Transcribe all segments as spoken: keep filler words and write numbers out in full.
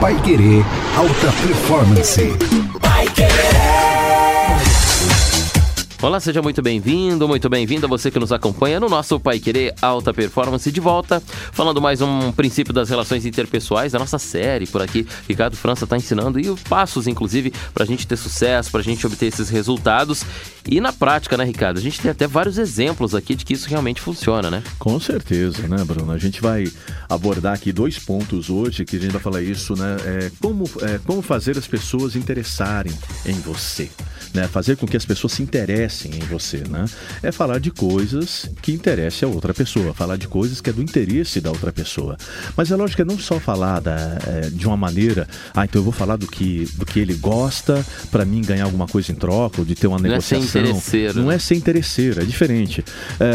Paiquerê Alta Performance. Olá, seja muito bem-vindo, muito bem-vinda você que nos acompanha no nosso Paiquerê Alta Performance, de volta, falando mais um princípio das relações interpessoais, da nossa série por aqui. Ricardo França está ensinando e passos, inclusive, para a gente ter sucesso, para a gente obter esses resultados. E na prática, né, Ricardo? A gente tem até vários exemplos aqui de que isso realmente funciona, né? Com certeza, né, Bruno? A gente vai abordar aqui dois pontos hoje, que a gente vai falar isso, né? É, como, é, como fazer as pessoas interessarem em você. Né, fazer com que as pessoas se interessem em você, né? É falar de coisas que interessem a outra pessoa, falar de coisas que é do interesse da outra pessoa. Mas é lógico que é não só falar da, é, de uma maneira, ah, então eu vou falar do que, do que ele gosta para mim ganhar alguma coisa em troca, ou de ter uma não negociação. É ser interesseiro. Não é ser interesseiro, é diferente.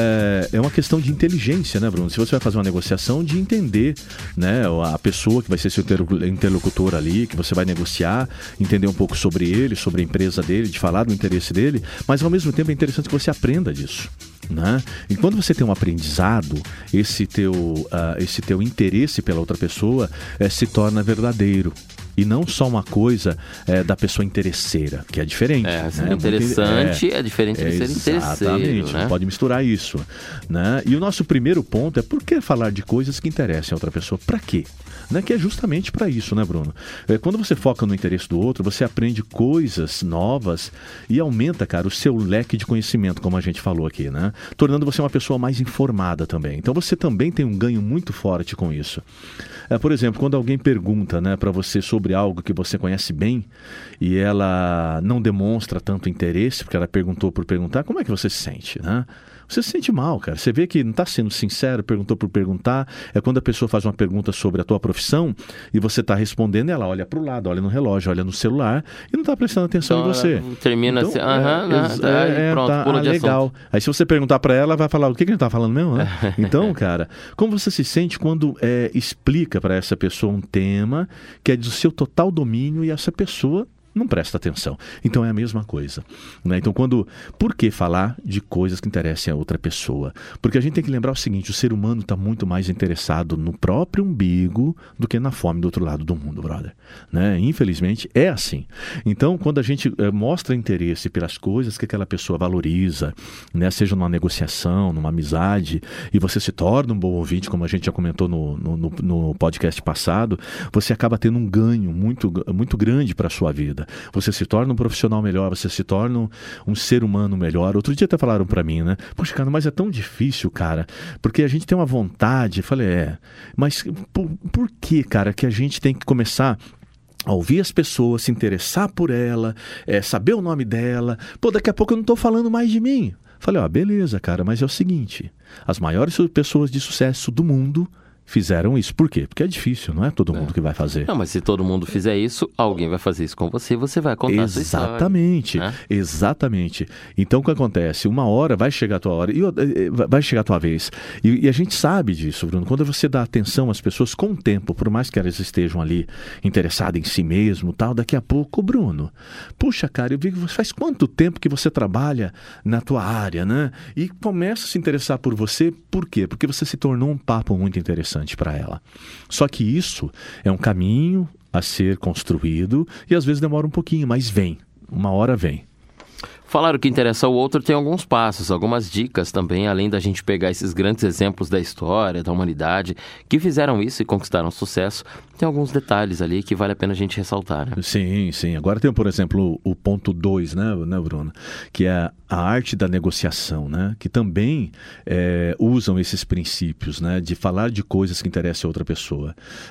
É, é uma questão de inteligência, né, Bruno? Se você vai fazer uma negociação, de entender, né, a pessoa que vai ser seu interlocutor ali, que você vai negociar, entender um pouco sobre ele, sobre a empresa dele, de falar do interesse dele, mas ao mesmo tempo é interessante que você aprenda disso, né? E quando você tem um aprendizado, esse teu, uh, esse teu interesse pela outra pessoa uh, se torna verdadeiro. E não só uma coisa é, da pessoa interesseira, que é diferente. É, ser né? interessante é, é diferente de é, ser interesseiro. Exatamente, né? Não pode misturar isso. Né? E o nosso primeiro ponto é por que falar de coisas que interessam a outra pessoa? Para quê? Né? Que é justamente para isso, né, Bruno? É, quando você foca no interesse do outro, você aprende coisas novas e aumenta, cara, o seu leque de conhecimento, como a gente falou aqui, né? Tornando você uma pessoa mais informada também. Então você também tem um ganho muito forte com isso. É, por exemplo, quando alguém pergunta, né, para você sobre algo que você conhece bem e ela não demonstra tanto interesse, porque ela perguntou por perguntar, como é que você se sente, né? Você se sente mal, cara. Você vê que não está sendo sincero, perguntou por perguntar. É quando a pessoa faz uma pergunta sobre a tua profissão e você está respondendo, ela olha para o lado, olha no relógio, olha no celular e não está prestando atenção então, em você. Termina então, assim, aham, é, é, é, pronto, tá, pula ah, de legal. assunto. Aí se você perguntar para ela, ela vai falar, o que, que a gente está falando mesmo? Né? Então, cara, como você se sente quando é, explica para essa pessoa um tema que é do seu total domínio e essa pessoa não presta atenção. Então é a mesma coisa. Né? Então, quando. Por que falar de coisas que interessem a outra pessoa? Porque a gente tem que lembrar o seguinte: o ser humano está muito mais interessado no próprio umbigo do que na fome do outro lado do mundo, brother. Né? Infelizmente é assim. Então, quando a gente é, mostra interesse pelas coisas que aquela pessoa valoriza, né? Seja numa negociação, numa amizade, e você se torna um bom ouvinte, como a gente já comentou no, no, no, no podcast passado, você acaba tendo um ganho muito, muito grande para a sua vida. Você se torna um profissional melhor, você se torna um, um ser humano melhor. Outro dia até falaram pra mim, né? Poxa, cara, mas é tão difícil, cara, porque a gente tem uma vontade. Eu falei, é, mas por, por que, cara, que a gente tem que começar a ouvir as pessoas, se interessar por ela, é, saber o nome dela? Pô, daqui a pouco eu não tô falando mais de mim. Falei, ó, beleza, cara, mas é o seguinte, as maiores pessoas de sucesso do mundo fizeram isso. Por quê? Porque é difícil, não é todo mundo é. que vai fazer. Não, mas se todo mundo fizer isso, alguém vai fazer isso com você e você vai contar a sua história. Exatamente, né? exatamente. Então o que acontece? Uma hora vai chegar a tua hora, e vai chegar a tua vez. E, e a gente sabe disso, Bruno. Quando você dá atenção às pessoas com o tempo, por mais que elas estejam ali interessadas em si mesmo, tal, daqui a pouco, Bruno, puxa, cara, eu vi que faz quanto tempo que você trabalha na tua área, né? E começa a se interessar por você, por quê? Porque você se tornou um papo muito interessante para ela. Só que isso é um caminho a ser construído e às vezes demora um pouquinho, mas vem, uma hora vem. Falar o que interessa ao outro tem alguns passos, algumas dicas também, além da gente pegar esses grandes exemplos da história, da humanidade, que fizeram isso e conquistaram sucesso. Tem alguns detalhes ali que vale a pena a gente ressaltar, né? Sim, sim. Agora tem, por exemplo, o ponto dois, né, né, Bruno? Que é a arte da negociação, né? Que também é, usam esses princípios, né? De falar de coisas que interessam a outra pessoa.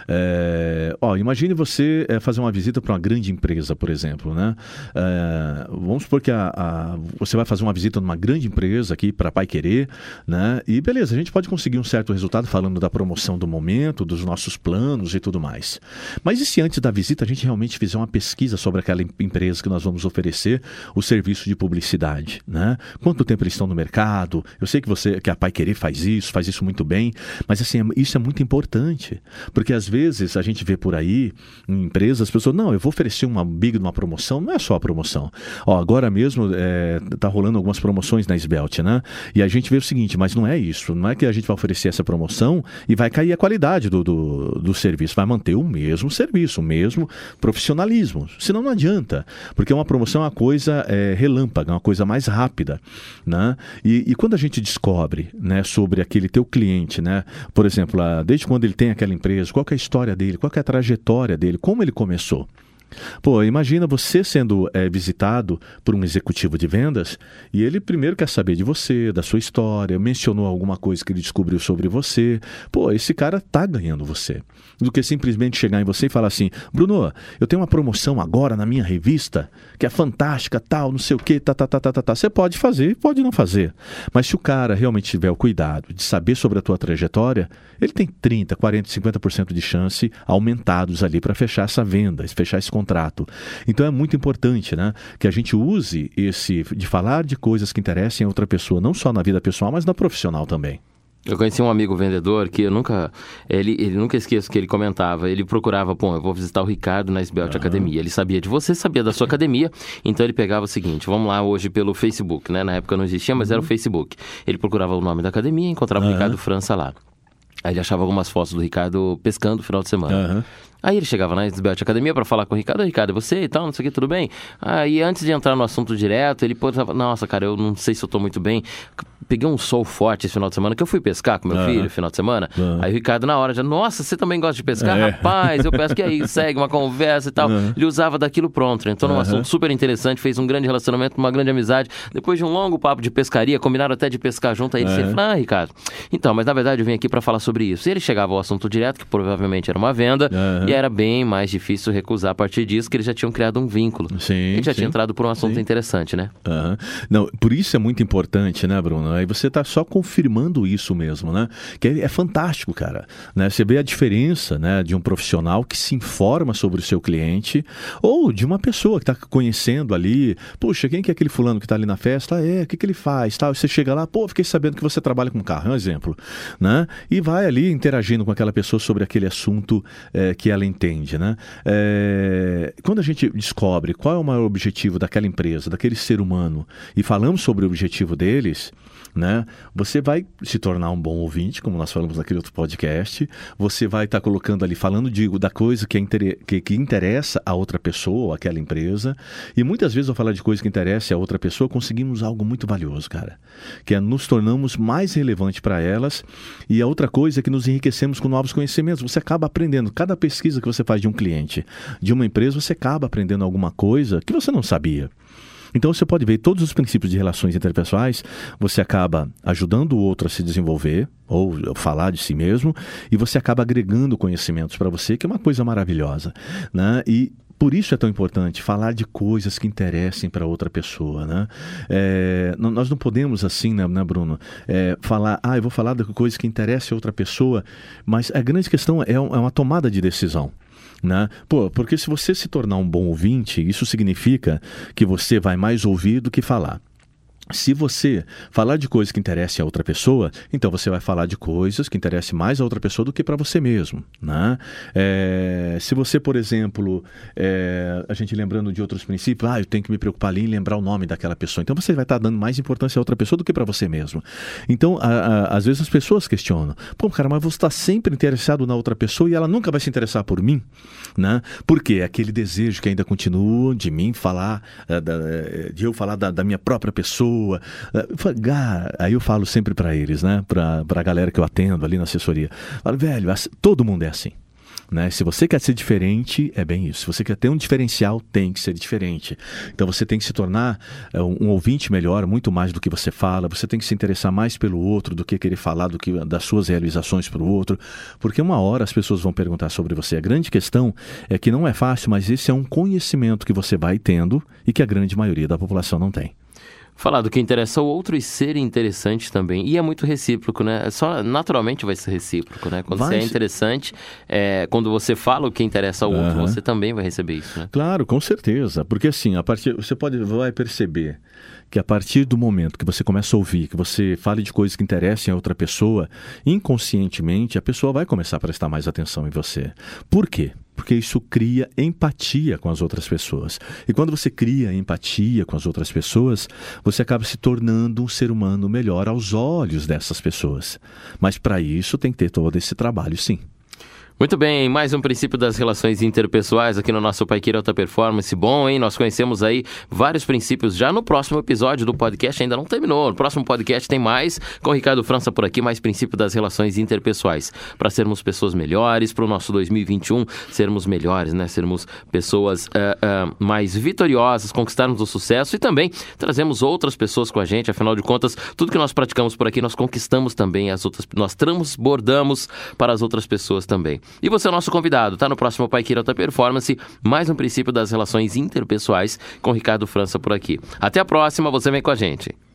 É, ó, imagine você é, fazer uma visita para uma grande empresa, por exemplo, né? É, vamos supor que a, a, você vai fazer uma visita numa grande empresa aqui para Paiquerê, né? E beleza, a gente pode conseguir um certo resultado falando da promoção do momento, dos nossos planos e tudo mais. Mas e se antes da visita a gente realmente fizer uma pesquisa sobre aquela empresa que nós vamos oferecer o serviço de publicidade? né? Quanto tempo eles estão no mercado? Eu sei que você, que a Pai Querer faz isso, faz isso muito bem, mas assim, isso é muito importante, porque às vezes a gente vê por aí, em empresas, as pessoas, não, eu vou oferecer uma big, uma promoção, não é só a promoção. Ó, agora mesmo é, tá rolando algumas promoções na Svelte, né? E a gente vê o seguinte, mas não é isso, não é que a gente vai oferecer essa promoção e vai cair a qualidade do, do, do serviço, vai manter o mesmo serviço, o mesmo profissionalismo, senão não adianta, porque uma promoção é uma coisa é, relâmpaga, uma coisa mais rápida, né? E, e quando a gente descobre, né, sobre aquele teu cliente, né, por exemplo, a, desde quando ele tem aquela empresa, qual que é a história dele, qual que é a trajetória dele, como ele começou. Pô, imagina você sendo é, visitado por um executivo de vendas e ele primeiro quer saber de você, da sua história, mencionou alguma coisa que ele descobriu sobre você. Pô, esse cara tá ganhando você. Do que simplesmente chegar em você e falar assim, Bruno, eu tenho uma promoção agora na minha revista que é fantástica, tal, não sei o que, tá, tá, tá, tá, tá, tá. Você pode fazer, pode não fazer. Mas se o cara realmente tiver o cuidado de saber sobre a tua trajetória, ele tem trinta, quarenta, cinquenta por cento de chance aumentados ali para fechar essa venda, fechar esse contrato. Então é muito importante, né, que a gente use esse de falar de coisas que interessem a outra pessoa, não só na vida pessoal, mas na profissional também. Eu conheci um amigo vendedor que eu nunca, ele, ele nunca esqueço que ele comentava, ele procurava, pô, eu vou visitar o Ricardo na Svelte uhum. Academia, ele sabia de você, sabia da sua academia, então ele pegava o seguinte, vamos lá hoje pelo Facebook, né, na época não existia, mas uhum. era o Facebook, ele procurava o nome da academia e encontrava uhum. o Ricardo França lá. Aí ele achava algumas fotos do Ricardo pescando no final de semana. Uhum. Aí ele chegava na Svelte Academia para falar com o Ricardo, Ricardo, é você e tal, não sei o que, tudo bem? Aí antes de entrar no assunto direto, ele pôs, nossa, cara, eu não sei se eu tô muito bem. Peguei um sol forte esse final de semana, que eu fui pescar com meu uhum. filho no final de semana. Uhum. Aí o Ricardo na hora já, nossa, você também gosta de pescar? É. Rapaz, eu pesco, e aí segue uma conversa e tal. Uhum. Ele usava daquilo pronto, entrou num uhum. assunto super interessante, fez um grande relacionamento, uma grande amizade. Depois de um longo papo de pescaria, combinaram até de pescar junto, aí ele uhum. falou, ah, Ricardo, então, mas na verdade eu vim aqui para falar sobre isso. E ele chegava ao assunto direto, que provavelmente era uma venda, uhum. e era bem mais difícil recusar a partir disso, que eles já tinham criado um vínculo. Sim, ele já sim, tinha entrado por um assunto sim. interessante, né? Uhum. Não, por isso é muito importante, né, Bruno? Aí você está só confirmando isso mesmo, né? Que é, é fantástico, cara. Né? Você vê a diferença, né, de um profissional que se informa sobre o seu cliente ou de uma pessoa que está conhecendo ali. Puxa, quem que é aquele fulano que está ali na festa? Ah, é, o que, que ele faz? Tal. Você chega lá, pô, fiquei sabendo que você trabalha com carro, é um exemplo. Né? E vai ali interagindo com aquela pessoa sobre aquele assunto é, que ela entende, né? É, quando a gente descobre qual é o maior objetivo daquela empresa, daquele ser humano, e falamos sobre o objetivo deles, né, você vai se tornar um bom ouvinte, como nós falamos naquele outro podcast, você vai estar tá colocando ali, falando de, da coisa que, é inter, que, que interessa a outra pessoa, ou aquela empresa, e muitas vezes ao falar de coisa que interessa a outra pessoa, conseguimos algo muito valioso, cara, que é nos tornamos mais relevante para elas, e a outra coisa é que nos enriquecemos com novos conhecimentos. Você acaba aprendendo, cada pesquisa que você faz de um cliente, de uma empresa, você acaba aprendendo alguma coisa que você não sabia. Então você pode ver todos os princípios de relações interpessoais, você acaba ajudando o outro a se desenvolver, ou falar de si mesmo, e você acaba agregando conhecimentos para você, que é uma coisa maravilhosa, né? E por isso é tão importante falar de coisas que interessem para outra pessoa, né? É, nós não podemos assim, né, né Bruno? É, falar, ah, eu vou falar de coisas que interessem a outra pessoa, mas a grande questão é, é uma tomada de decisão. Né? Pô, porque se você se tornar um bom ouvinte, isso significa que você vai mais ouvir do que falar. Se você falar de coisas que interessem a outra pessoa, então você vai falar de coisas que interessem mais a outra pessoa do que para você mesmo, né? É, se você, por exemplo, é, a gente lembrando de outros princípios, ah, eu tenho que me preocupar ali em lembrar o nome daquela pessoa, então você vai estar dando mais importância a outra pessoa do que para você mesmo. Então, a, a, às vezes as pessoas questionam, pô, cara, mas você está sempre interessado na outra pessoa e ela nunca vai se interessar por mim, né? Porque é aquele desejo que ainda continua de mim falar, de eu falar da, da minha própria pessoa. Aí eu falo sempre para eles, né? Para a galera que eu atendo ali na assessoria. Falo, velho, todo mundo é assim. Né? Se você quer ser diferente, é bem isso. Se você quer ter um diferencial, tem que ser diferente. Então você tem que se tornar é, um, um ouvinte melhor, muito mais do que você fala. Você tem que se interessar mais pelo outro do que querer falar do que, das suas realizações para o outro. Porque uma hora as pessoas vão perguntar sobre você. A grande questão é que não é fácil, mas esse é um conhecimento que você vai tendo e que a grande maioria da população não tem. Falar do que interessa ao outro e ser interessante também. E é muito recíproco, né? Só naturalmente vai ser recíproco, né? Quando Vai você é ser. interessante, é, quando você fala o que interessa ao outro, Aham. você também vai receber isso, né? Claro, com certeza. Porque assim, a partir, você pode, vai perceber que a partir do momento que você começa a ouvir, que você fale de coisas que interessem a outra pessoa, inconscientemente a pessoa vai começar a prestar mais atenção em você. Por quê? Porque isso cria empatia com as outras pessoas. E quando você cria empatia com as outras pessoas, você acaba se tornando um ser humano melhor aos olhos dessas pessoas. Mas para isso tem que ter todo esse trabalho, sim. Muito bem, mais um princípio das relações interpessoais aqui no nosso Paiquerê Alta Performance. Bom, hein? Nós conhecemos aí vários princípios já no próximo episódio do podcast, ainda não terminou. No próximo podcast tem mais, com o Ricardo França por aqui, mais princípio das relações interpessoais. Para sermos pessoas melhores, para o nosso dois mil e vinte e um sermos melhores, né? Sermos pessoas uh, uh, mais vitoriosas, conquistarmos o sucesso e também trazemos outras pessoas com a gente. Afinal de contas, tudo que nós praticamos por aqui, nós conquistamos também as outras, nós transbordamos para as outras pessoas também. E você é o nosso convidado, tá no próximo Paiquerê Alta Performance, mais um princípio das relações interpessoais com Ricardo França por aqui. Até a próxima, você vem com a gente.